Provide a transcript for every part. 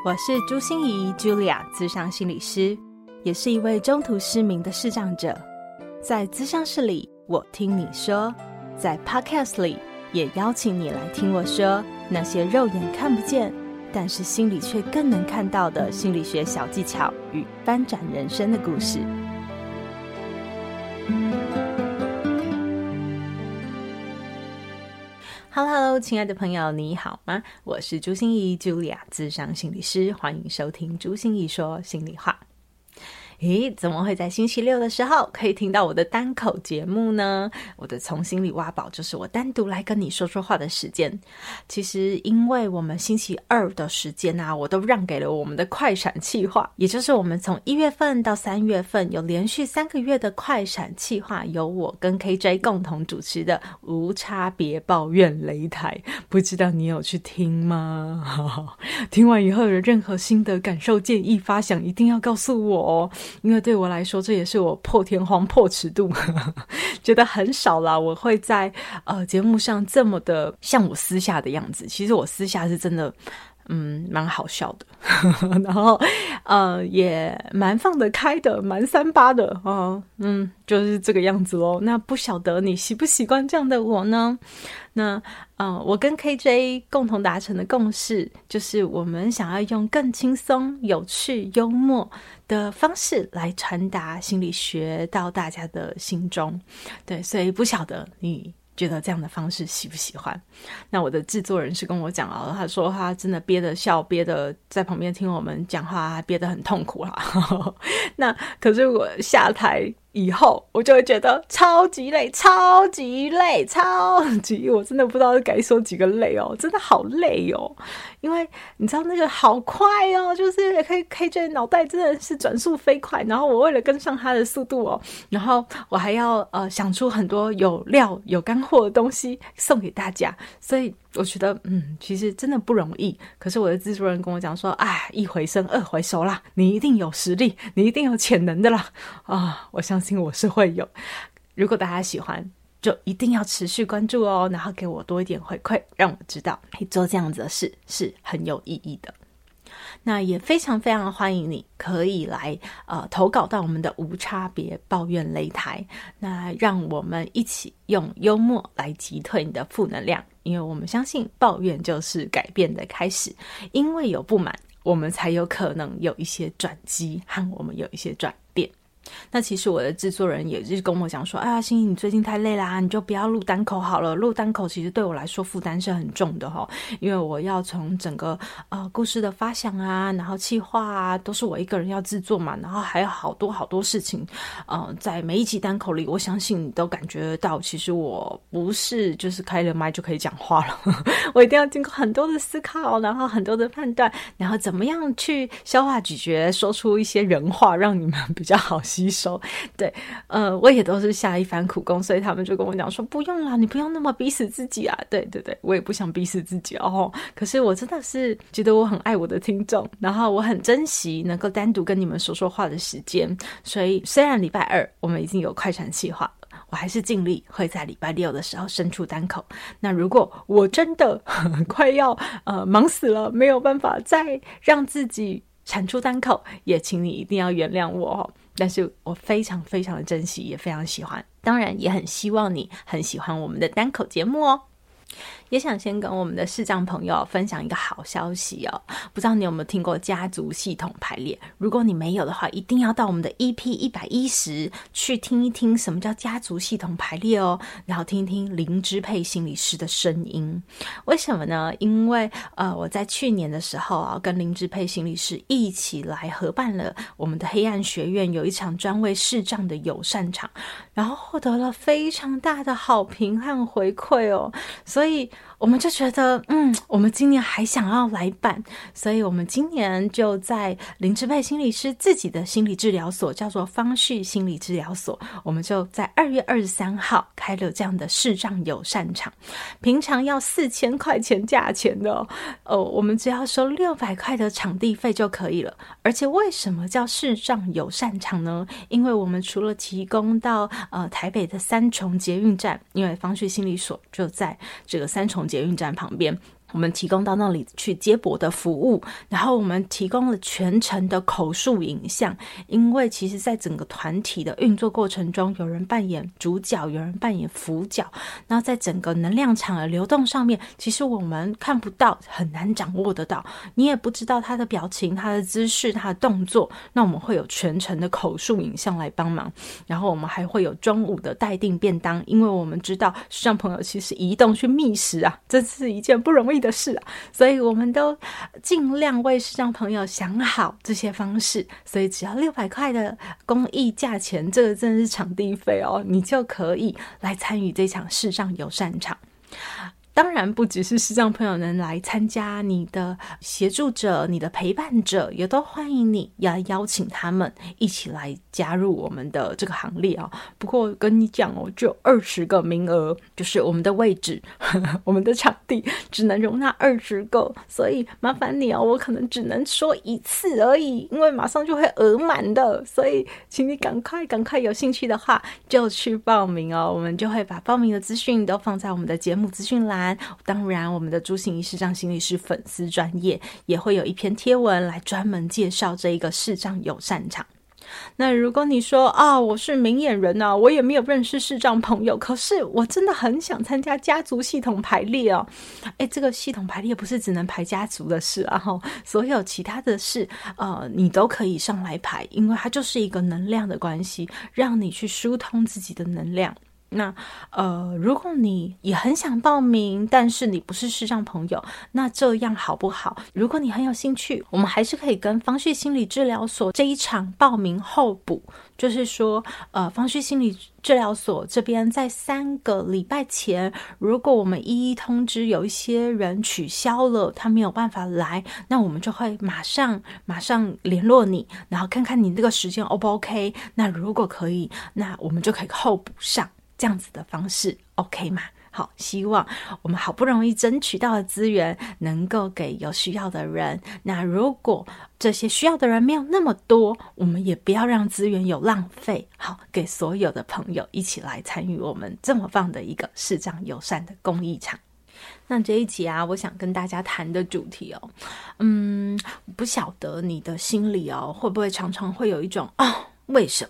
我是朱心怡 Julia 諮商心理师，也是一位中途失明的视障者。在諮商室里，我听你说，在 Podcast 里也邀请你来听我说那些肉眼看不见，但是心里却更能看到的心理学小技巧与翻转人生的故事。Hello， 亲爱的朋友，你好吗？我是朱心怡 Julia 諮商心理师，欢迎收听朱心怡说心里话。怎么会在星期六的时候可以听到我的单口节目呢？我的从心里挖宝就是我单独来跟你说说话的时间。其实因为我们星期二的时间啊，我都让给了我们的快闪企划，也就是我们从1月份到3月份有连续3个月的快闪企划，由我跟 KJ 共同主持的无差别抱怨擂台。不知道你有去听吗？听完以后有任何心得感受建议发想一定要告诉我哦，因为对我来说这也是我破天荒破尺度觉得很少啦，我会在节目上这么的像我私下的样子。其实我私下是真的蛮好笑的然后也蛮放得开的，蛮3八的就是这个样子咯。那不晓得你习不习惯这样的我呢？那我跟 KJ 共同达成的共识就是我们想要用更轻松、有趣、幽默的方式来传达心理学到大家的心中。对，所以不晓得你觉得这样的方式喜不喜欢？那我的制作人是跟我讲了，他说他真的憋得笑，憋得在旁边听我们讲话，憋得很痛苦啦那可是我下台以后我就会觉得超级累，超级累，超级，我真的不知道该说几个累哦，真的好累哦。因为你知道那个好快哦，就是 KJ 脑袋真的是转速飞快，然后我为了跟上他的速度哦，然后我还要想出很多有料有干货的东西送给大家，所以我觉得其实真的不容易。可是我的制作人跟我讲说，一回生二回熟啦，你一定有实力，你一定有潜能的啦我相信我是会有。如果大家喜欢就一定要持续关注哦，然后给我多一点回馈，让我知道做这样子的事是很有意义的。那也非常非常欢迎你可以来投稿到我们的无差别抱怨擂台，那让我们一起用幽默来击退你的负能量，因为我们相信抱怨就是改变的开始，因为有不满我们才有可能有一些转机和我们有一些转变。那其实我的制作人也是跟我讲说，心怡你最近太累啦，你就不要录单口好了。录单口其实对我来说负担是很重的因为我要从整个故事的发想啊，然后企划啊，都是我一个人要制作嘛，然后还有好多好多事情在每一集单口里，我相信你都感觉得到，其实我不是就是开了麦就可以讲话了我一定要经过很多的思考，然后很多的判断，然后怎么样去消化咀嚼，说出一些人话让你们比较好吸收。对我也都是下一番苦功，所以他们就跟我讲说，不用啦，你不用那么逼死自己啊。对对对，我也不想逼死自己可是我真的是觉得我很爱我的听众，然后我很珍惜能够单独跟你们说说话的时间，所以虽然礼拜二我们已经有快闪企划，我还是尽力会在礼拜六的时候生出单口。那如果我真的快要忙死了，没有办法再让自己产出单口，也请你一定要原谅我但是我非常非常的珍惜，也非常喜欢，当然也很希望你很喜欢我们的单口节目哦。也想先跟我们的视障朋友分享一个好消息不知道你有没有听过家族系统排列？如果你没有的话，一定要到我们的 EP110 去听一听什么叫家族系统排列然后听一听林支配心理师的声音。为什么呢？因为我在去年的时候跟林支配心理师一起来合办了我们的黑暗学院有一场专为视障的友善场，然后获得了非常大的好评和回馈所以我们就觉得我们今年还想要来办，所以我们今年就在林支配心理师自己的心理治疗所，叫做方旭心理治疗所，我们就在2月23号开了这样的视障友善场。平常要4000块钱价钱的我们只要收600块的场地费就可以了。而且为什么叫视障友善场呢？因为我们除了提供到台北的三重捷运站，因为方旭心理所就在这个三重捷运站旁边， 我们提供到那里去接驳的服务，然后我们提供了全程的口述影像，因为其实在整个团体的运作过程中，有人扮演主角，有人扮演辅角，然后在整个能量场的流动上面，其实我们看不到，很难掌握得到，你也不知道他的表情，他的姿势，他的动作，那我们会有全程的口述影像来帮忙，然后我们还会有中午的待定便当，因为我们知道视障朋友其实移动去觅食啊，这是一件不容易的事啊，所以我们都尽量为视障朋友想好这些方式，所以只要600块的公益价钱，这个真的是场地费哦，你就可以来参与这场视障友善场。当然不只是视障朋友能来参加，你的协助者，你的陪伴者也都欢迎你，要邀请他们一起来加入我们的这个行列啊。不过跟你讲哦，就20个名额，就是我们的位置我们的场地只能容纳20个，所以麻烦你哦，我可能只能说一次而已，因为马上就会额满的，所以请你赶快有兴趣的话就去报名哦，我们就会把报名的资讯都放在我们的节目资讯栏，当然我们的朱心怡视障心理师粉丝专页也会有一篇贴文来专门介绍这一个视障友善场。那如果你说我是明眼人啊，我也没有认识视障朋友，可是我真的很想参加家族系统排列哦。这个系统排列不是只能排家族的事啊，所有其他的事你都可以上来排，因为它就是一个能量的关系，让你去疏通自己的能量。那如果你也很想报名，但是你不是视障朋友，那这样好不好？如果你很有兴趣，我们还是可以跟芳绪心理治疗所这一场报名候补，就是说芳绪心理治疗所这边在3个礼拜前，如果我们一一通知有一些人取消了，他没有办法来，那我们就会马上联络你，然后看看你这个时间 O 不 OK， 那如果可以，那我们就可以候补上，这样子的方式 OK 吗？好，希望我们好不容易争取到的资源能够给有需要的人，那如果这些需要的人没有那么多，我们也不要让资源有浪费，好，给所有的朋友一起来参与我们这么棒的一个视障友善的公益场。那这一集我想跟大家谈的主题不晓得你的心里会不会常常会有一种为什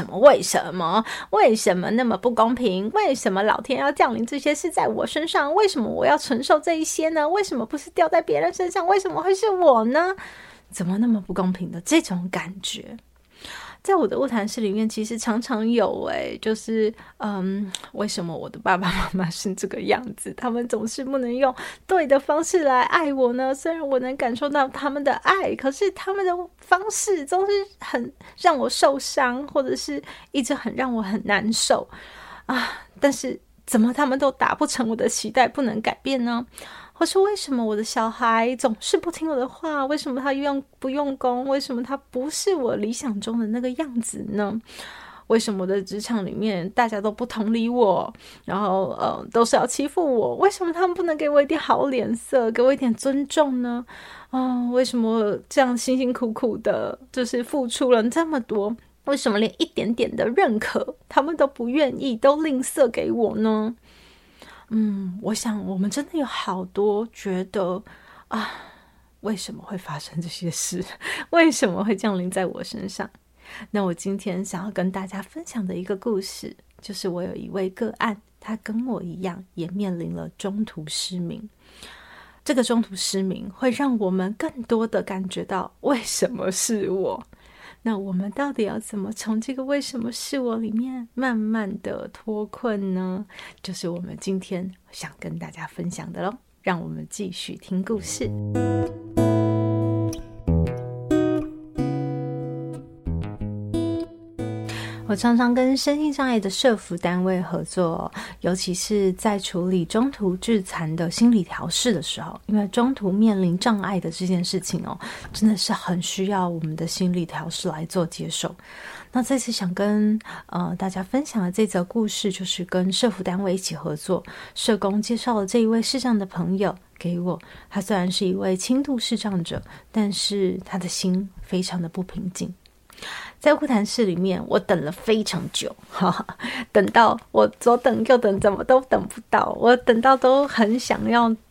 么那么不公平？为什么老天要降临这些事在我身上？为什么我要承受这一些呢？为什么不是掉在别人身上？为什么会是我呢？怎么那么不公平的这种感觉？在我的物谈室里面其实常常有就是为什么我的爸爸妈妈是这个样子？他们总是不能用对的方式来爱我呢？虽然我能感受到他们的爱，可是他们的方式总是很让我受伤，或者是一直很让我很难受但是怎么他们都达不成我的期待，不能改变呢？或是为什么我的小孩总是不听我的话？为什么他不用功？为什么他不是我理想中的那个样子呢？为什么我的职场里面大家都不同理我，然后都是要欺负我？为什么他们不能给我一点好脸色，给我一点尊重呢？为什么这样辛辛苦苦的就是付出了这么多，为什么连一点点的认可他们都不愿意，都吝啬给我呢？我想我们真的有好多觉得为什么会发生这些事？为什么会降临在我身上？那我今天想要跟大家分享的一个故事，就是我有一位个案，他跟我一样也面临了中途失明。这个中途失明会让我们更多的感觉到为什么是我？那我们到底要怎么从这个为什么是我里面慢慢的脱困呢？就是我们今天想跟大家分享的咯。让我们继续听故事。我常常跟身心障碍的社福单位合作，尤其是在处理中途致残的心理调适的时候，因为中途面临障碍的这件事情真的是很需要我们的心理调适来做接受。那这次想跟大家分享的这则故事，就是跟社福单位一起合作，社工介绍了这一位视障的朋友给我。他虽然是一位轻度视障者，但是他的心非常的不平静。在物谈室里面，我等了非常久，等到我左等右等，怎么都等不到。我等到都很想要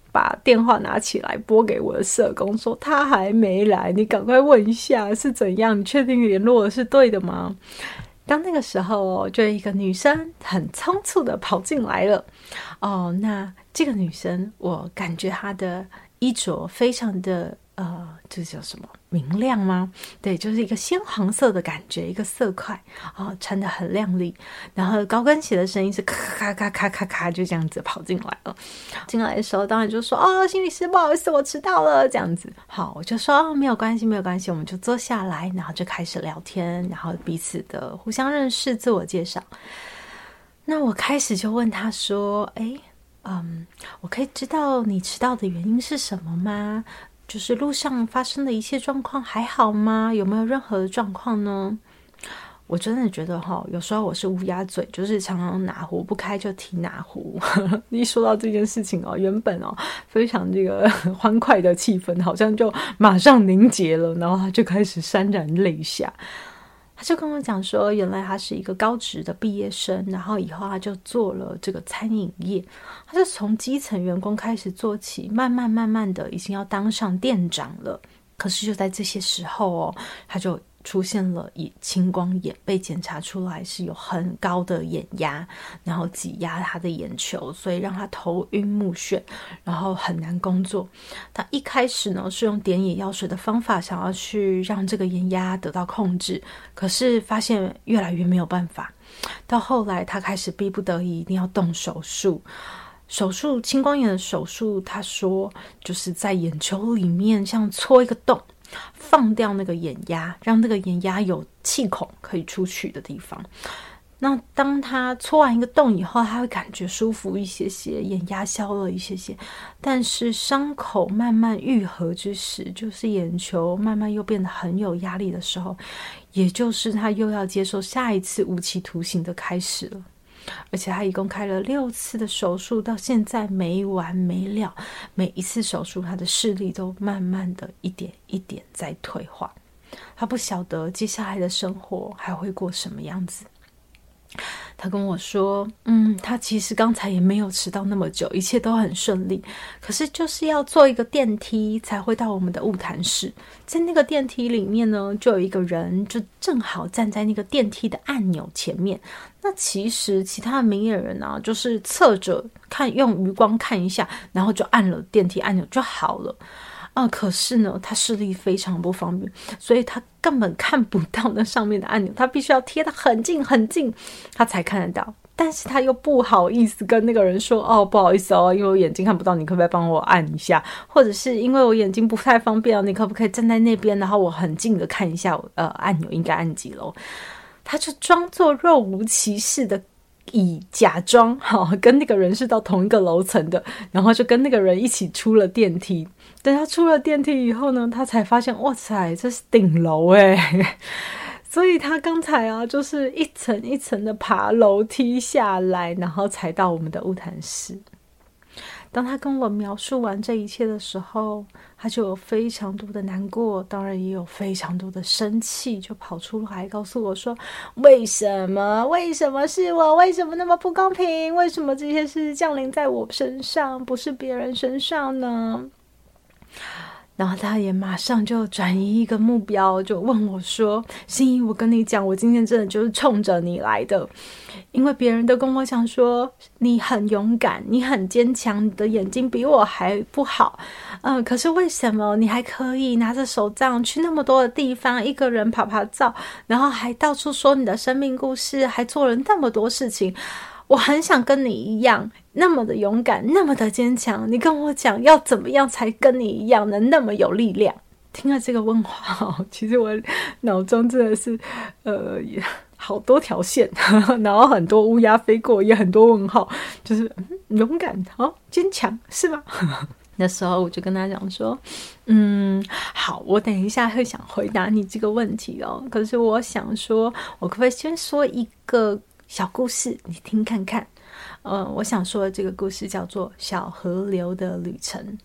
把电话拿起来拨给我的社工说他还没来，你赶快问一下是怎样，你确定联络的是对的吗？当那个时候就有一个女生很仓促的跑进来了。那这个女生我感觉她的衣着非常的这叫什么明亮吗？对，就是一个鲜黄色的感觉，一个色块穿得很亮丽，然后高跟鞋的声音是咔咔咔咔咔咔就这样子跑进来了。进来的时候当然就说心理师不好意思我迟到了这样子。好，我就说没有关系没有关系，我们就坐下来，然后就开始聊天，然后彼此的互相认识，自我介绍。那我开始就问他说我可以知道你迟到的原因是什么吗？就是路上发生的一切状况还好吗？有没有任何的状况呢？我真的觉得有时候我是乌鸦嘴，就是常常哪壶不开就提哪壶。一说到这件事情原本非常这个欢快的气氛好像就马上凝结了，然后他就开始潸然泪下。他就跟我讲说，原来他是一个高职的毕业生，然后以后他就做了这个餐饮业，他是从基层员工开始做起，慢慢的已经要当上店长了。可是就在这些时候他就出现了青光眼，被检查出来是有很高的眼压，然后挤压他的眼球，所以让他头晕目眩，然后很难工作。他一开始呢是用点眼药水的方法想要去让这个眼压得到控制，可是发现越来越没有办法。到后来他开始逼不得已一定要动手术。青光眼的手术，他说就是在眼球里面像戳一个洞，放掉那个眼压，让那个眼压有气孔可以出去的地方。那当他戳完一个洞以后，他会感觉舒服一些些，眼压消了一些些，但是伤口慢慢愈合之时，就是眼球慢慢又变得很有压力的时候，也就是他又要接受下一次无期徒刑的开始了。而且他一共开了6次的手术，到现在没完没了，每一次手术他的视力都慢慢的一点一点在退化。他不晓得接下来的生活还会过什么样子。他跟我说他其实刚才也没有迟到那么久，一切都很顺利，可是就是要坐一个电梯才会到我们的晤谈室。在那个电梯里面呢，就有一个人就正好站在那个电梯的按钮前面。那其实其他的明眼人就是侧着看，用余光看一下，然后就按了电梯按钮就好了。可是呢他视力非常不方便，所以他根本看不到那上面的按钮，他必须要贴得很近很近他才看得到。但是他又不好意思跟那个人说不好意思因为我眼睛看不到，你可不可以帮我按一下，或者是因为我眼睛不太方便你可不可以站在那边，然后我很近的看一下按钮应该按几楼。他就装作若无其事的以假装跟那个人是到同一个楼层的，然后就跟那个人一起出了电梯。等他出了电梯以后呢，他才发现哇塞，这是顶楼所以他刚才就是一层一层的爬楼梯下来，然后才到我们的晤谈室。当他跟我描述完这一切的时候，他就有非常多的难过，当然也有非常多的生气，就跑出来告诉我说，为什么是我，为什么那么不公平，为什么这些事降临在我身上，不是别人身上呢？然后他也马上就转移一个目标，就问我说，心怡，我跟你讲，我今天真的就是冲着你来的，因为别人都跟我讲说你很勇敢，你很坚强，你的眼睛比我还不好可是为什么你还可以拿着手杖去那么多的地方，一个人爬照，然后还到处说你的生命故事，还做了那么多事情。我很想跟你一样那么的勇敢，那么的坚强，你跟我讲要怎么样才跟你一样能那么有力量。听了这个问话其实我脑中真的是好多条线然后很多乌鸦飞过，也很多问号，就是勇敢坚强是吗那时候我就跟他讲说好，我等一下会想回答你这个问题可是我想说我可不可以先说一个小故事你听看看。我想说的这个故事叫做小河流的旅程。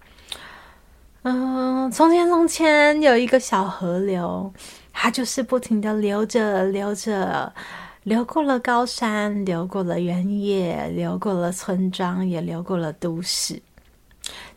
从前有一个小河流，它就是不停的流着流过了高山，流过了原野，流过了村庄，也流过了都市。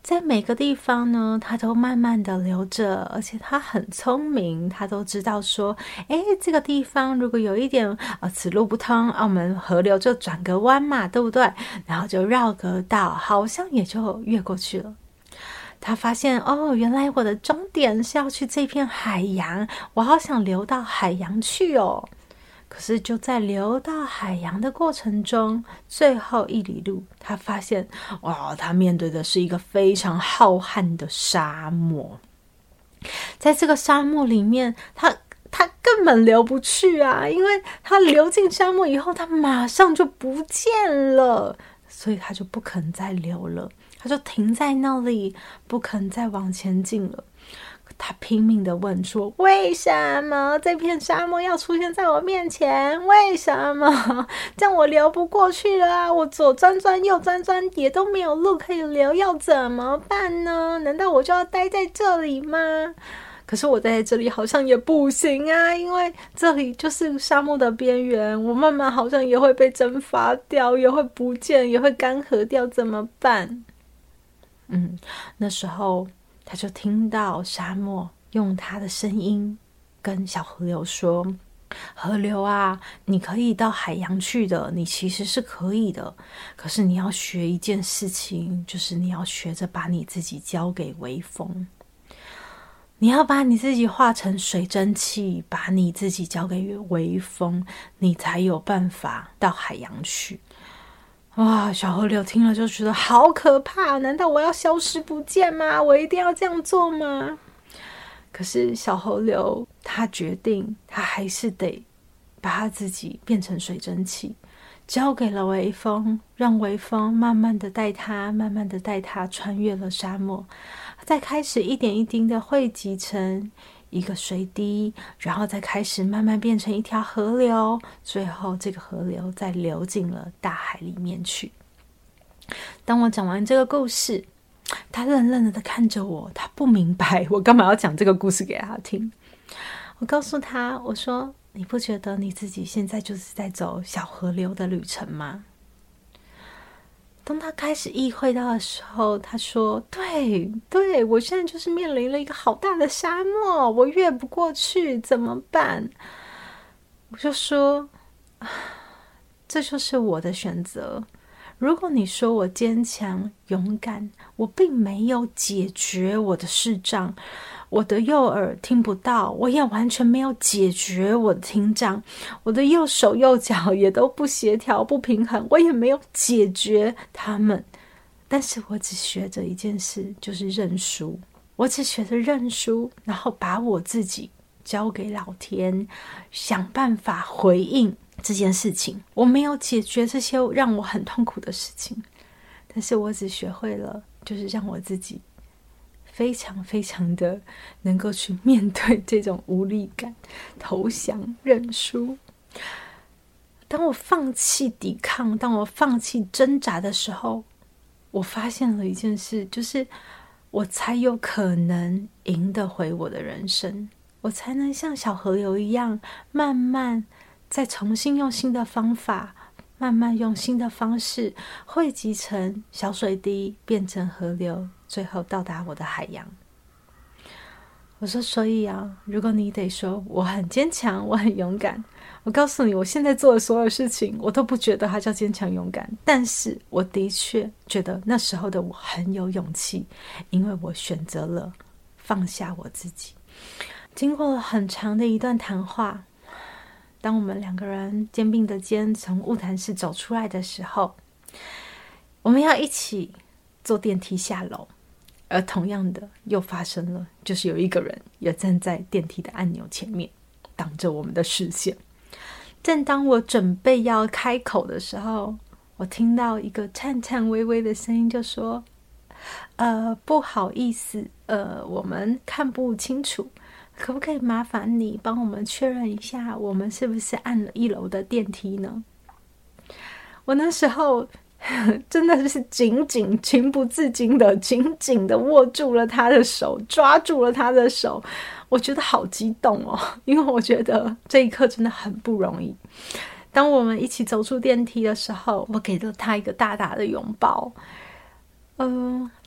在每个地方呢，它都慢慢的流着，而且它很聪明，它都知道说，这个地方如果有一点此路不通我们河流就转个弯嘛，对不对？然后就绕个道，好像也就越过去了。他发现原来我的终点是要去这片海洋，我好想流到海洋去哦。可是就在流到海洋的过程中，最后1里路，他发现他面对的是一个非常浩瀚的沙漠。在这个沙漠里面，他根本流不去啊，因为他流进沙漠以后，他马上就不见了，所以他就不肯再流了，他就停在那里，不肯再往前进了。他拼命地问说，为什么这片沙漠要出现在我面前？为什么这样我流不过去了啊？我左钻钻右钻钻也都没有路可以流，要怎么办呢？难道我就要待在这里吗？可是我待在这里好像也不行啊，因为这里就是沙漠的边缘，我慢慢好像也会被蒸发掉，也会不见，也会干涸掉，怎么办？那时候他就听到沙漠用他的声音跟小河流说，河流啊，你可以到海洋去的，你其实是可以的，可是你要学一件事情，就是你要学着把你自己交给微风，你要把你自己化成水蒸气，把你自己交给微风，你才有办法到海洋去。哇，小河流听了就觉得好可怕，难道我要消失不见吗？我一定要这样做吗？可是小河流他决定，他还是得把他自己变成水蒸气，交给了微风，让微风慢慢的带他穿越了沙漠，再开始一点一滴的汇集成一个水滴，然后再开始慢慢变成一条河流，最后这个河流再流进了大海里面去。当我讲完这个故事，他愣愣的看着我，他不明白我干嘛要讲这个故事给他听。我告诉他，我说，你不觉得你自己现在就是在走小河流的旅程吗？当他开始意会到的时候，他说，对，我现在就是面临了一个好大的沙漠，我越不过去，怎么办？我就说，这就是我的选择。如果你说我坚强勇敢，我并没有解决我的视障，我的右耳听不到，我也完全没有解决我的听障，我的右手右脚也都不协调不平衡，我也没有解决他们。但是我只学着一件事，就是认输。我只学着认输，然后把我自己交给老天，想办法回应这件事情。我没有解决这些让我很痛苦的事情，但是我只学会了，就是让我自己非常非常的能够去面对这种无力感，投降认输。当我放弃抵抗，当我放弃挣扎的时候，我发现了一件事，就是我才有可能赢得回我的人生，我才能像小河流一样，慢慢再重新用新的方法，慢慢用新的方式汇集成小水滴，变成河流，最后到达我的海洋。我说，所以啊，如果你得说我很坚强，我很勇敢，我告诉你，我现在做的所有事情，我都不觉得它叫坚强勇敢，但是我的确觉得那时候的我很有勇气，因为我选择了放下我自己。经过了很长的一段谈话，当我们两个人肩并着肩从晤谈室走出来的时候，我们要一起坐电梯下楼，而同样的又发生了，就是有一个人也站在电梯的按钮前面，挡着我们的视线。正当我准备要开口的时候，我听到一个颤颤巍巍的声音就说，不好意思，我们看不清楚，可不可以麻烦你帮我们确认一下，我们是不是按了1楼的电梯呢？我那时候真的是情不自禁的紧紧的握住了他的手，抓住了他的手，我觉得好激动哦，因为我觉得这一刻真的很不容易。当我们一起走出电梯的时候，我给了他一个大大的拥抱。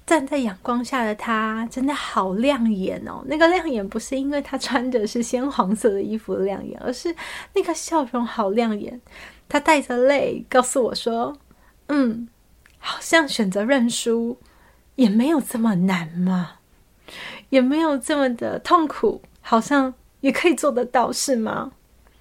站在阳光下的他真的好亮眼哦，那个亮眼不是因为他穿的是鲜黄色的衣服的亮眼，而是那个笑容好亮眼。他带着泪告诉我说，好像选择认输也没有这么难嘛，也没有这么的痛苦，好像也可以做得到，是吗？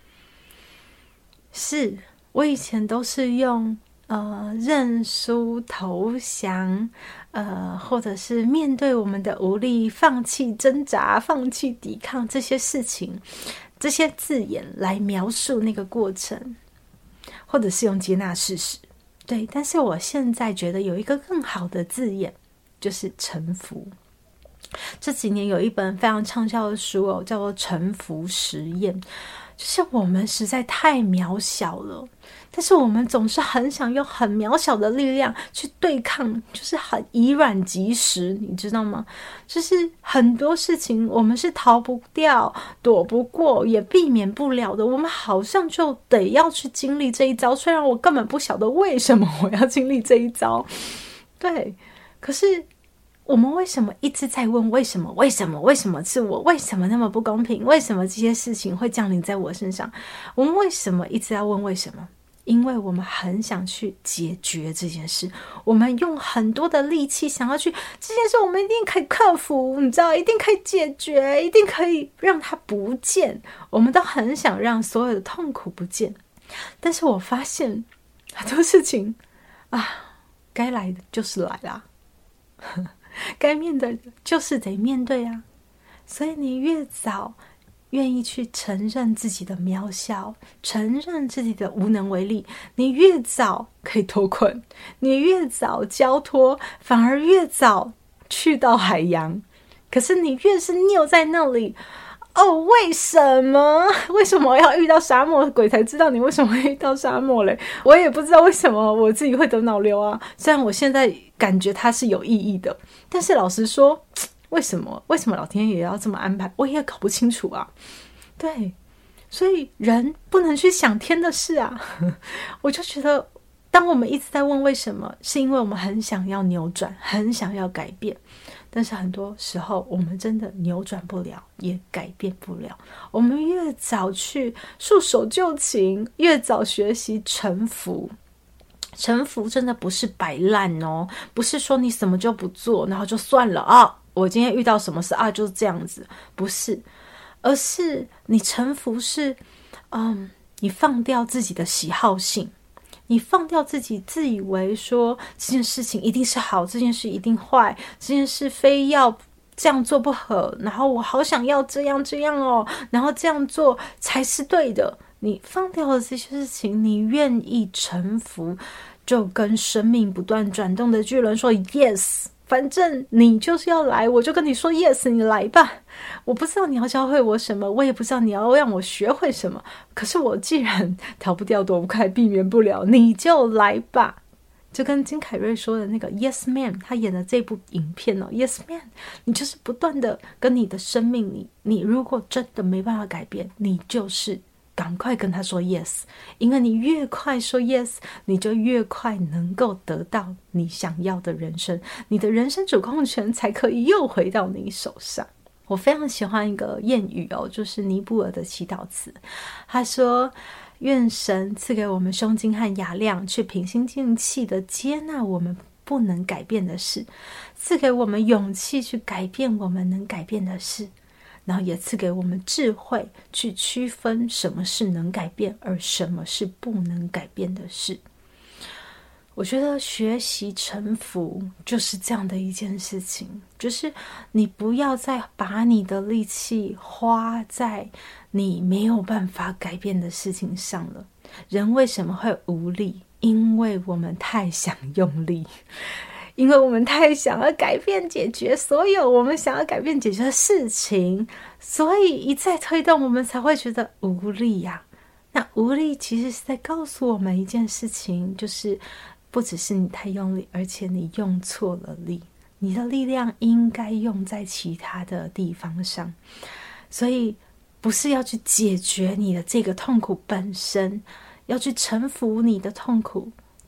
是，我以前都是用认输投降，或者是面对我们的无力，放弃挣扎，放弃抵抗这些事情，这些字眼来描述那个过程，或者是用接纳事实。对，但是我现在觉得有一个更好的字眼，就是臣服。这几年有一本非常畅销的书哦，叫做《臣服实验》，就是我们实在太渺小了，但是我们总是很想用很渺小的力量去对抗，就是很以卵击石，你知道吗？就是很多事情我们是逃不掉、躲不过，也避免不了的，我们好像就得要去经历这一招，虽然我根本不晓得为什么我要经历这一招。对，可是我们为什么一直在问为什么？为什么？为什么是我？为什么那么不公平？为什么这些事情会降临在我身上？我们为什么一直要问为什么？因为我们很想去解决这件事，我们用很多的力气想要去这件事，我们一定可以克服，你知道，一定可以解决，一定可以让它不见。我们都很想让所有的痛苦不见，但是我发现很多事情啊，该来的就是来啦。该面对的就是得面对啊，所以你越早愿意去承认自己的渺小，承认自己的无能为力，你越早可以脱困，你越早交托，反而越早去到海洋。可是你越是拗在那里，为什么？为什么要遇到沙漠？鬼才知道你为什么会遇到沙漠嘞！我也不知道为什么我自己会得脑瘤啊。虽然我现在感觉它是有意义的，但是老实说，为什么老天爷要这么安排，我也搞不清楚啊。对，所以人不能去想天的事啊。我就觉得，当我们一直在问为什么，是因为我们很想要扭转，很想要改变。但是很多时候我们真的扭转不了，也改变不了。我们越早去束手就擒，越早学习臣服。臣服真的不是摆烂哦，不是说你什么就不做，然后就算了啊。我今天遇到什么事啊，就是这样子，不是，而是你臣服是，你放掉自己的喜好性。你放掉自己自以为说这件事情一定是好，这件事一定坏，这件事非要这样做不可，然后我好想要这样哦，然后这样做才是对的。你放掉了这些事情，你愿意臣服，就跟生命不断转动的巨轮说 yes， 反正你就是要来，我就跟你说 yes， 你来吧。我不知道你要教会我什么，我也不知道你要让我学会什么，可是我既然逃不掉躲不开避免不了，你就来吧。就跟金凯瑞说的那个 Yes Man， 他演的这部影片Yes Man， 你就是不断的跟你的生命，你如果真的没办法改变，你就是赶快跟他说 yes， 因为你越快说 yes， 你就越快能够得到你想要的人生，你的人生主控权才可以又回到你手上。我非常喜欢一个谚语就是尼布尔的祈祷词，他说，愿神赐给我们胸襟和雅量，去平心静气的接纳我们不能改变的事，赐给我们勇气去改变我们能改变的事，然后也赐给我们智慧去区分什么是能改变，而什么是不能改变的事。我觉得学习臣服就是这样的一件事情，就是你不要再把你的力气花在你没有办法改变的事情上了。人为什么会无力？因为我们太想用力，因为我们太想要改变解决所有我们想要改变解决的事情，所以一再推动我们才会觉得无力呀。那无力其实是在告诉我们一件事情，就是不只是你太用力，而且你用错了力，你的力量应该用在其他的地方上。所以不是要去解决你的这个痛苦本身，要去臣服你的痛苦，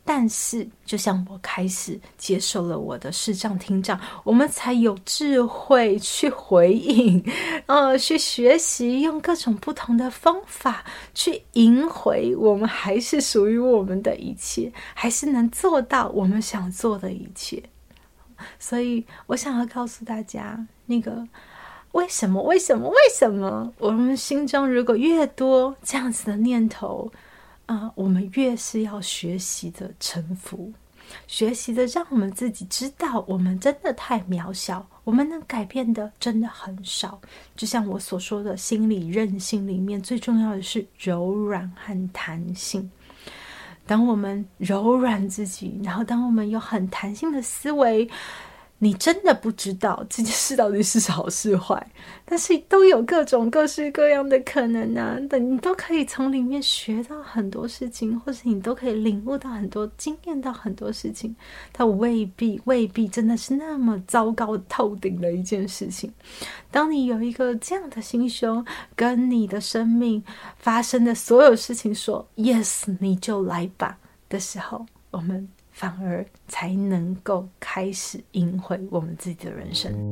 但是就像我开始接受了我的视障听障，我们才有智慧去回应，去学习用各种不同的方法去赢回我们还是属于我们的一切，还是能做到我们想做的一切。所以我想要告诉大家，那个为什么我们心中如果越多这样子的念头，我们越是要学习的臣服，学习的让我们自己知道我们真的太渺小，我们能改变的真的很少。就像我所说的，心理韧性里面最重要的是柔软和弹性。当我们柔软自己，然后当我们有很弹性的思维，你真的不知道这件事到底是好是坏，但是都有各式各样的可能啊，你都可以从里面学到很多事情，或是你都可以领悟到很多，经验到很多事情。它未必真的是那么糟糕透顶的一件事情。当你有一个这样的心胸，跟你的生命发生的所有事情说 yes 你就来吧的时候，我们反而才能够开始赢回我们自己的人生。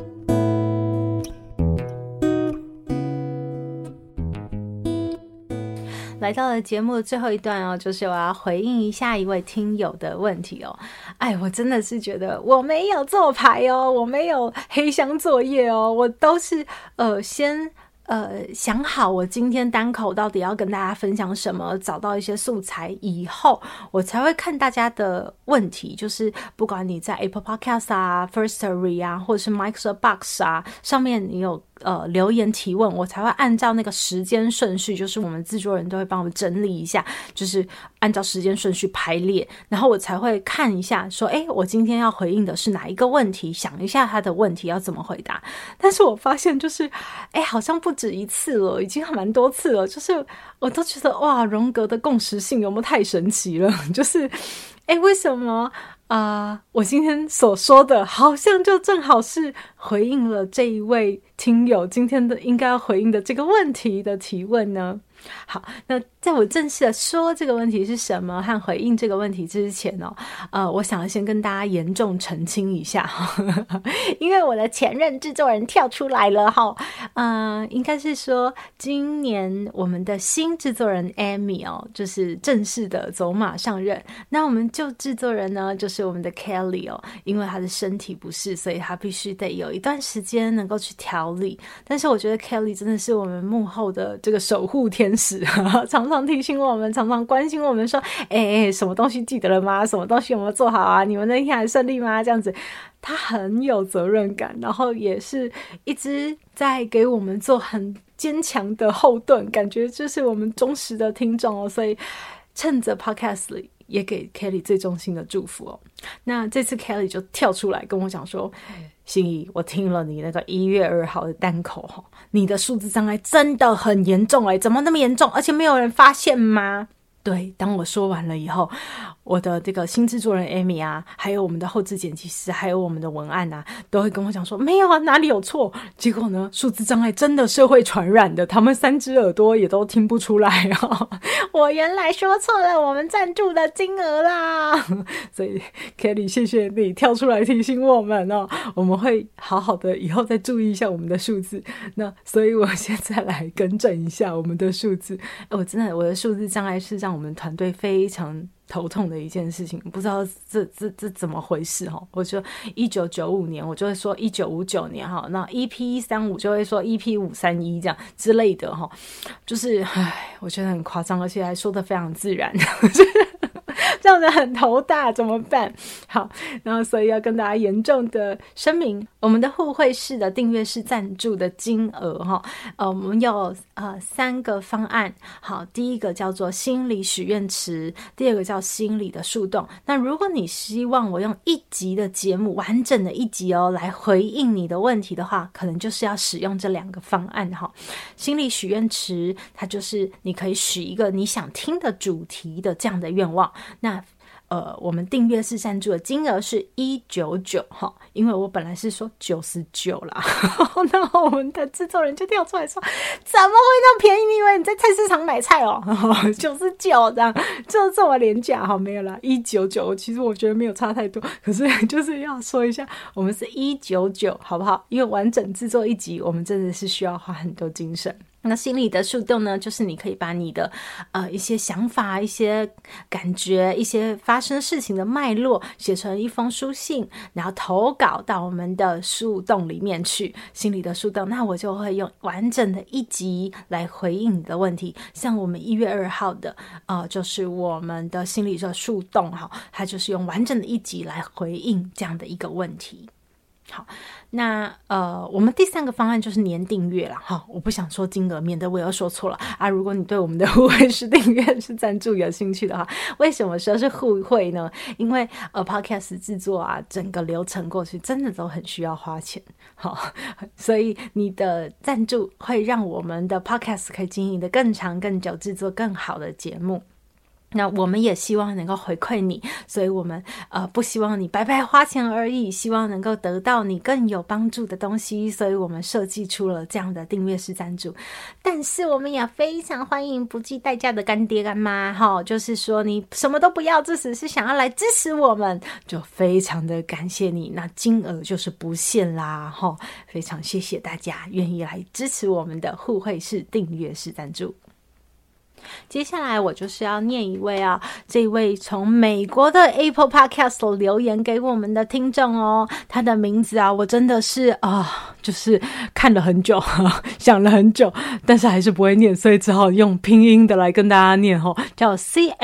来到了节目的最后一段哦，就是我要回应一下一位听友的问题哦。我真的是觉得我没有做牌哦，我没有黑箱作业哦，我都是先想好我今天单口到底要跟大家分享什么，找到一些素材以后，我才会看大家的问题，就是不管你在 Apple Podcast 啊 Firstory 啊或者是 Microsoft Box 啊上面你有留言提问，我才会按照那个时间顺序，就是我们制作人都会帮我整理一下，就是按照时间顺序排列，然后我才会看一下说我今天要回应的是哪一个问题，想一下他的问题要怎么回答。但是我发现就是好像不止一次了，已经蛮多次了，就是我都觉得哇，荣格的共识性有没有太神奇了，就是为什么我今天所说的好像就正好是回应了这一位听友今天的应该要回应的这个问题的提问呢？好，那在我正式的说这个问题是什么和回应这个问题之前我想要先跟大家严重澄清一下因为我的前任制作人跳出来了应该是说今年我们的新制作人 Amy 就是正式的走马上任。那我们旧制作人呢，就是我们的 Kelly 因为他的身体不适，所以他必须得有一段时间能够去调理。但是我觉得 Kelly 真的是我们幕后的这个守护天使常常提醒我们，常常关心我们说什么东西记得了吗？什么东西有没有做好啊？你们那天还顺利吗？这样子他很有责任感，然后也是一直在给我们做很坚强的后盾，感觉就是我们忠实的听众所以趁着 podcast 里也给 Kelly 最衷心的祝福那这次 Kelly 就跳出来跟我讲说，心怡，我听了你那个1月2号的单口你的数字障碍真的很严重怎么那么严重，而且没有人发现吗？对，当我说完了以后，我的这个新制作人 Amy 还有我们的后制剪辑师，还有我们的文案都会跟我讲说没有哪里有错。结果呢，数字障碍真的是会传染的，他们3只耳朵也都听不出来我原来说错了我们赞助的金额啦所以 Kelly 谢谢你跳出来提醒我们我们会好好的以后再注意一下我们的数字。那所以我现在来更正一下我们的数字。我的数字障碍是让我们团队非常头痛的一件事情，不知道这怎么回事我就1995年我就会说1959年那 EP135 就会说 EP531 这样之类的就是我觉得很夸张，而且还说得非常自然这样子很头大怎么办？好，然后所以要跟大家严重的声明，我们的互惠式的订阅式赞助的金额我们有3个方案。好，第一个叫做心理许愿池，第二个叫心理的树洞。那如果你希望我用1集的节目，完整的1集来回应你的问题的话，可能就是要使用这2个方案心理许愿池，它就是你可以许一个你想听的主题的这样的愿望。那我们订阅式赞助的金额是199哈，因为我本来是说99啦，然后我们的制作人就跳出来说，怎么会那么便宜？你以为你在菜市场买菜哦？99这样，就这么廉价哈？没有啦，199，其实我觉得没有差太多，可是就是要说一下，我们是199，好不好？因为完整制作一集，我们真的是需要花很多精神。那心理的树洞呢，就是你可以把你的一些想法、一些感觉、一些发生事情的脉络写成一封书信，然后投稿到我们的树洞里面去，心理的树洞。那我就会用完整的一集来回应你的问题。像我们1月2号的就是我们的心理的树洞哈，它就是用完整的一集来回应这样的一个问题。好，那我们第3个方案就是年订阅啦哈，我不想说金额，免得我又说错了啊。如果你对我们的互惠式订阅式赞助有兴趣的话，为什么说是互惠呢？因为podcast 制作啊，整个流程过去真的都很需要花钱，好，所以你的赞助会让我们的 podcast 可以经营的更长更久，制作更好的节目。那我们也希望能够回馈你，所以我们不希望你白白花钱而已，希望能够得到你更有帮助的东西，所以我们设计出了这样的订阅式赞助。但是我们也非常欢迎不计代价的干爹干妈齁，就是说你什么都不要，只是想要来支持我们，就非常的感谢你，那金额就是不限啦齁，非常谢谢大家愿意来支持我们的互惠式订阅式赞助。接下来我就是要念一位这一位从美国的 Apple Podcast 留言给我们的听众哦，他的名字我真的是就是看了很久想了很久，但是还是不会念，所以只好用拼音的来跟大家念叫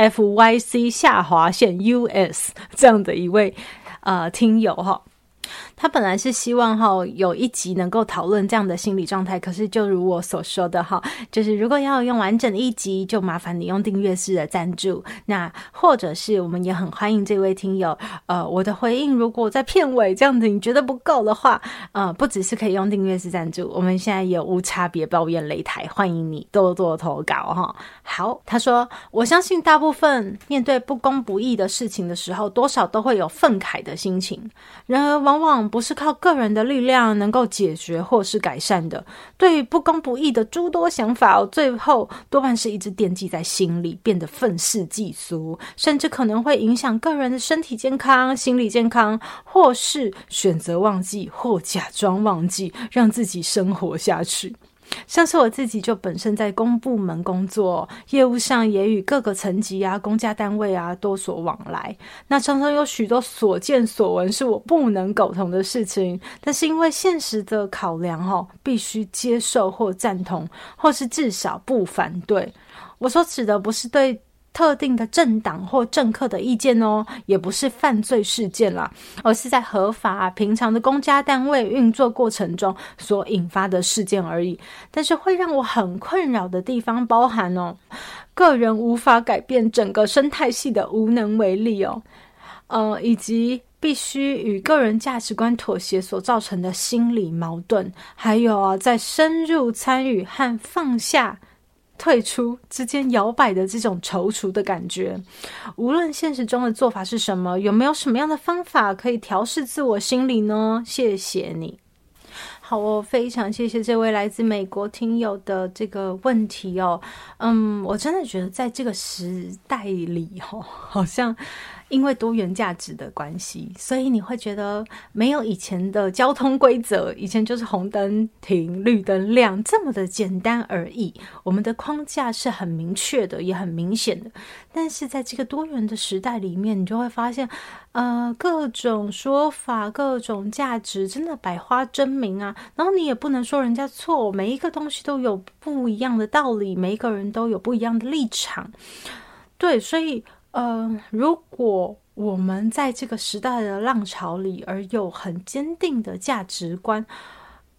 CFYC_US 这样的一位听友他本来是希望有一集能够讨论这样的心理状态，可是就如我所说的就是如果要用完整的一集，就麻烦你用订阅式的赞助。那或者是我们也很欢迎这位听友我的回应如果在片尾这样子你觉得不够的话不只是可以用订阅式赞助，我们现在也有无差别抱怨擂台，欢迎你多多投稿好，他说我相信大部分面对不公不义的事情的时候，多少都会有愤慨的心情，然而往往不是靠个人的力量能够解决或是改善的。对于不公不义的诸多想法最后多半是一直惦记在心里，变得愤世嫉俗，甚至可能会影响个人的身体健康、心理健康，或是选择忘记或假装忘记，让自己生活下去。像是我自己就本身在公部门工作，业务上也与各个层级公家单位多所往来，那常常有许多所见所闻是我不能苟同的事情，但是因为现实的考量必须接受或赞同，或是至少不反对。我所指的不是对特定的政党或政客的意见也不是犯罪事件啦，而是在合法平常的公家单位运作过程中所引发的事件而已。但是会让我很困扰的地方包含个人无法改变整个生态系的无能为力以及必须与个人价值观妥协所造成的心理矛盾，还有在深入参与和放下退出之间摇摆的这种踌躇的感觉。无论现实中的做法是什么，有没有什么样的方法可以调适自我心理呢？谢谢你。好，我非常谢谢这位来自美国听友的这个问题我真的觉得在这个时代里好像因为多元价值的关系，所以你会觉得没有以前的交通规则，以前就是红灯停绿灯亮这么的简单而已，我们的框架是很明确的也很明显的。但是在这个多元的时代里面，你就会发现各种说法各种价值真的百花争鸣然后你也不能说人家错，每一个东西都有不一样的道理，每一个人都有不一样的立场。对，所以如果我们在这个时代的浪潮里而有很坚定的价值观，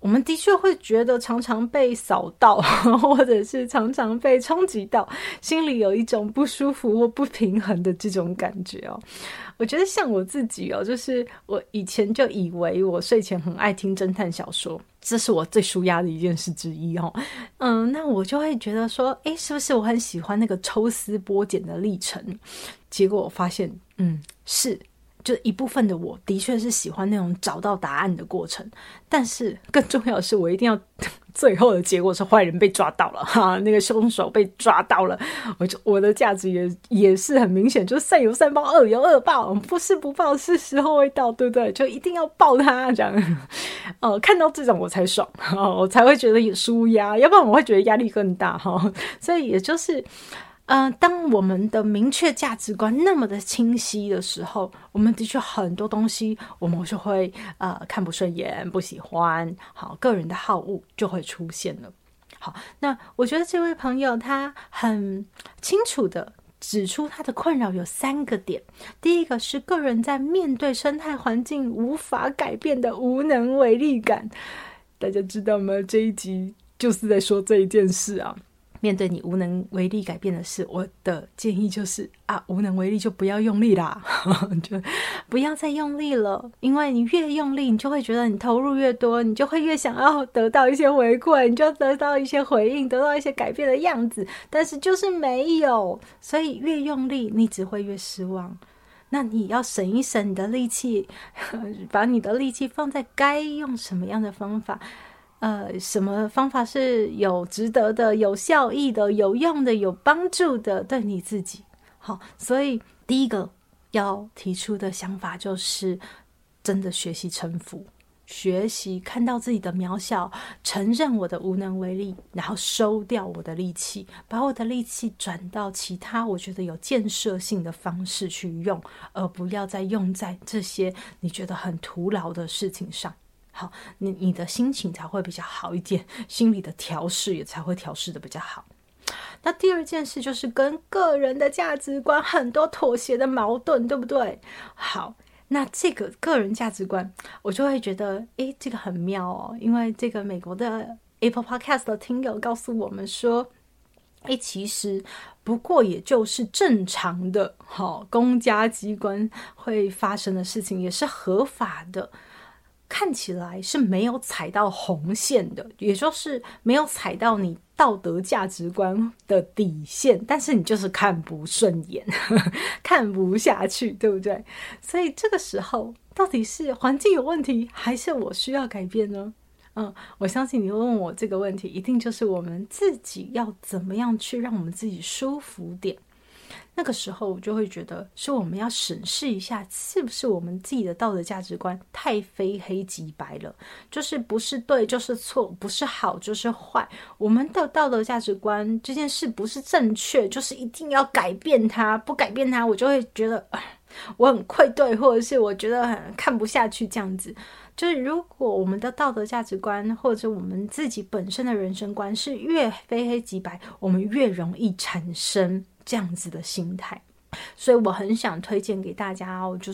我们的确会觉得常常被扫到，或者是常常被冲击到，心里有一种不舒服或不平衡的这种感觉哦。我觉得像我自己哦，就是我以前就以为我睡前很爱听侦探小说，这是我最抒压的一件事之一哦。那我就会觉得说，是不是我很喜欢那个抽丝剥茧的历程？结果我发现，是。就一部分的我的确是喜欢那种找到答案的过程，但是更重要的是我一定要最后的结果是坏人被抓到了哈，那个凶手被抓到了，我的价值也是很明显，就是善有善报，恶有恶报，不是不报，是时候未到，对不对？就一定要报他这样。看到这种我才爽，我才会觉得有抒压，要不然我会觉得压力更大哈。所以也就是当我们的明确价值观那么的清晰的时候，我们的确很多东西我们就会看不顺眼，不喜欢，好，个人的好恶就会出现了。好，那我觉得这位朋友他很清楚的指出他的困扰有3个点。第一个是个人在面对生态环境无法改变的无能为力感，大家知道吗？这一集就是在说这一件事啊。面对你无能为力改变的事，我的建议就是无能为力就不要用力啦，就不要再用力了，因为你越用力，你就会觉得你投入越多，你就会越想要得到一些回馈，你就得到一些回应，得到一些改变的样子，但是就是没有，所以越用力，你只会越失望。那你要省一省你的力气，把你的力气放在该用什么样的方法。什么方法是有值得的、有效益的、有用的、有帮助的，对你自己好。所以第一个要提出的想法就是真的学习臣服，学习看到自己的渺小，承认我的无能为力，然后收掉我的力气，把我的力气转到其他我觉得有建设性的方式去用，而不要再用在这些你觉得很徒劳的事情上。好，你的心情才会比较好一点，心理的调试也才会调试的比较好。那第二件事就是跟个人的价值观很多妥协的矛盾，对不对？好，那这个个人价值观，我就会觉得，这个很妙哦，因为这个美国的 Apple Podcast 的听友告诉我们说，其实不过也就是正常的，公家机关会发生的事情，也是合法的。看起来是没有踩到红线的，也就是没有踩到你道德价值观的底线，但是你就是看不顺眼看不下去，对不对？所以这个时候到底是环境有问题，还是我需要改变呢？我相信你问我这个问题，一定就是我们自己要怎么样去让我们自己舒服点。那个时候我就会觉得是我们要审视一下，是不是我们自己的道德价值观太非黑即白了，就是不是对就是错，不是好就是坏。我们的道德价值观这件事不是正确，就是一定要改变它，不改变它我就会觉得我很愧对，或者是我觉得很看不下去这样子。就是如果我们的道德价值观或者我们自己本身的人生观是越非黑即白，我们越容易产生这样子的心态。所以我很想推荐给大家就是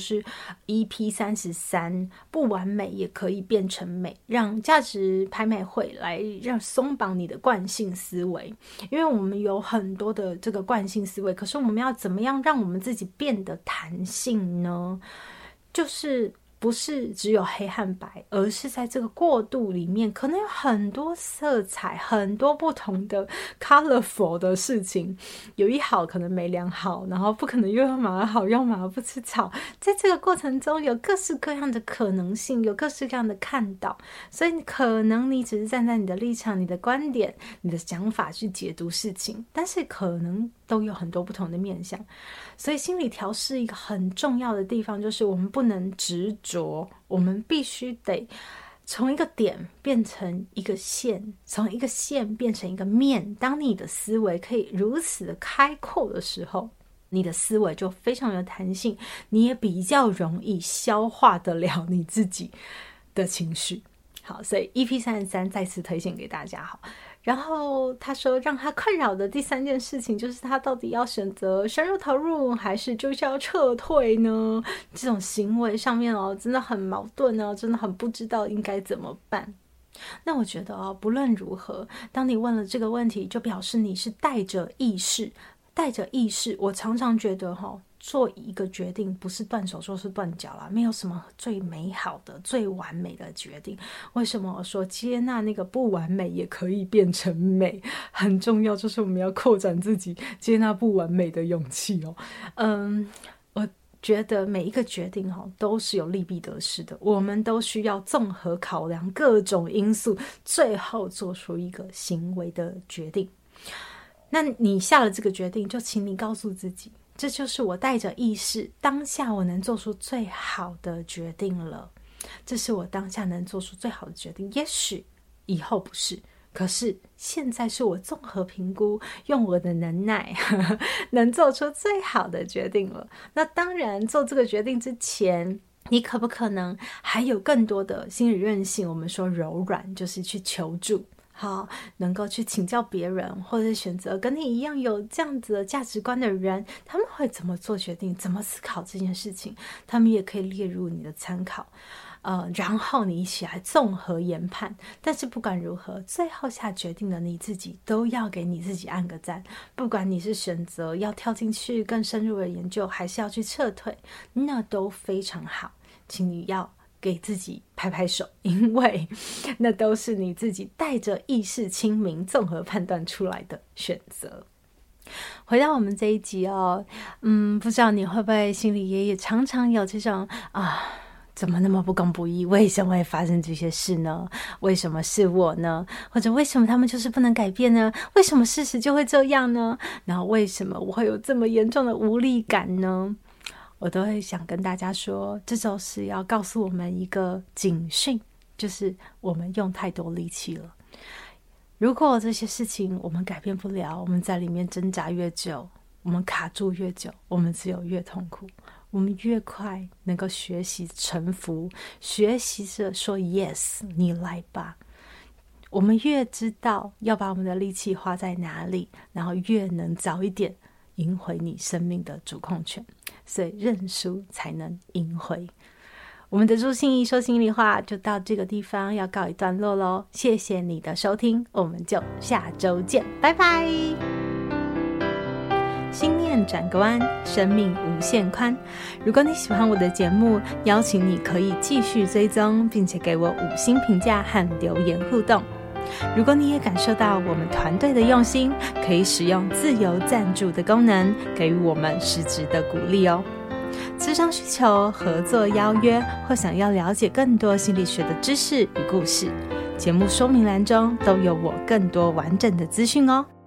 EP33 不完美也可以变成美，让价值拍卖会来让松绑你的惯性思维。因为我们有很多的这个惯性思维，可是我们要怎么样让我们自己变得弹性呢？就是不是只有黑和白，而是在这个过渡里面可能有很多色彩，很多不同的 colorful 的事情，有一好可能没两好，然后不可能又要马儿好要马儿不吃草，在这个过程中有各式各样的可能性，有各式各样的看到，所以可能你只是站在你的立场、你的观点、你的想法去解读事情，但是可能都有很多不同的面向。所以心理调试一个很重要的地方就是我们不能执着，我们必须得从一个点变成一个线，从一个线变成一个面。当你的思维可以如此的开阔的时候，你的思维就非常有弹性，你也比较容易消化得了你自己的情绪。好，所以 EP33 再次推荐给大家。好，然后他说让他困扰的第3件事情就是他到底要选择深入投入还是就是要撤退呢？这种行为上面真的很矛盾真的很不知道应该怎么办。 那我觉得不论如何，当你问了这个问题，就表示你是带着意识。我常常觉得做一个决定不是断手就是断脚啦，没有什么最美好的最完美的决定。为什么我说接纳那个不完美也可以变成美？很重要，就是我们要扩展自己接纳不完美的勇气我觉得每一个决定都是有利弊得失的，我们都需要综合考量各种因素，最后做出一个行为的决定。那你下了这个决定，就请你告诉自己，这就是我带着意识，当下我能做出最好的决定了。这是我当下能做出最好的决定，也许以后不是，可是现在是我综合评估，用我的能耐能做出最好的决定了。那当然，做这个决定之前，你可不可能还有更多的心理韧性？我们说柔软，就是去求助，能够去请教别人，或者选择跟你一样有这样子的价值观的人，他们会怎么做决定，怎么思考这件事情，他们也可以列入你的参考。然后你一起来综合研判。但是不管如何，最后下决定的你自己都要给你自己按个赞。不管你是选择要跳进去更深入的研究，还是要去撤退，那都非常好，请你要给自己拍拍手，因为那都是你自己带着意识清明综合判断出来的选择。回到我们这一集不知道你会不会心里也常常有这种怎么那么不公不义？为什么会发生这些事呢？为什么是我呢？或者为什么他们就是不能改变呢？为什么事实就会这样呢？然后为什么我会有这么严重的无力感呢？我都会想跟大家说，这就是要告诉我们一个警讯，就是我们用太多力气了。如果这些事情我们改变不了，我们在里面挣扎越久，我们卡住越久，我们只有越痛苦。我们越快能够学习臣服，学习着说 yes， 你来吧，我们越知道要把我们的力气花在哪里，然后越能早一点赢回你生命的主控权。所以认输才能赢回。我们的朱心怡说心里话就到这个地方要告一段落咯，谢谢你的收听，我们就下周见，拜拜。心念转个弯，生命无限宽。如果你喜欢我的节目，邀请你可以继续追踪，并且给我5星评价和留言互动。如果你也感受到我们团队的用心，可以使用自由赞助的功能，给予我们实质的鼓励哦。咨商需求、合作邀约，或想要了解更多心理学的知识与故事，节目说明栏中都有我更多完整的资讯哦。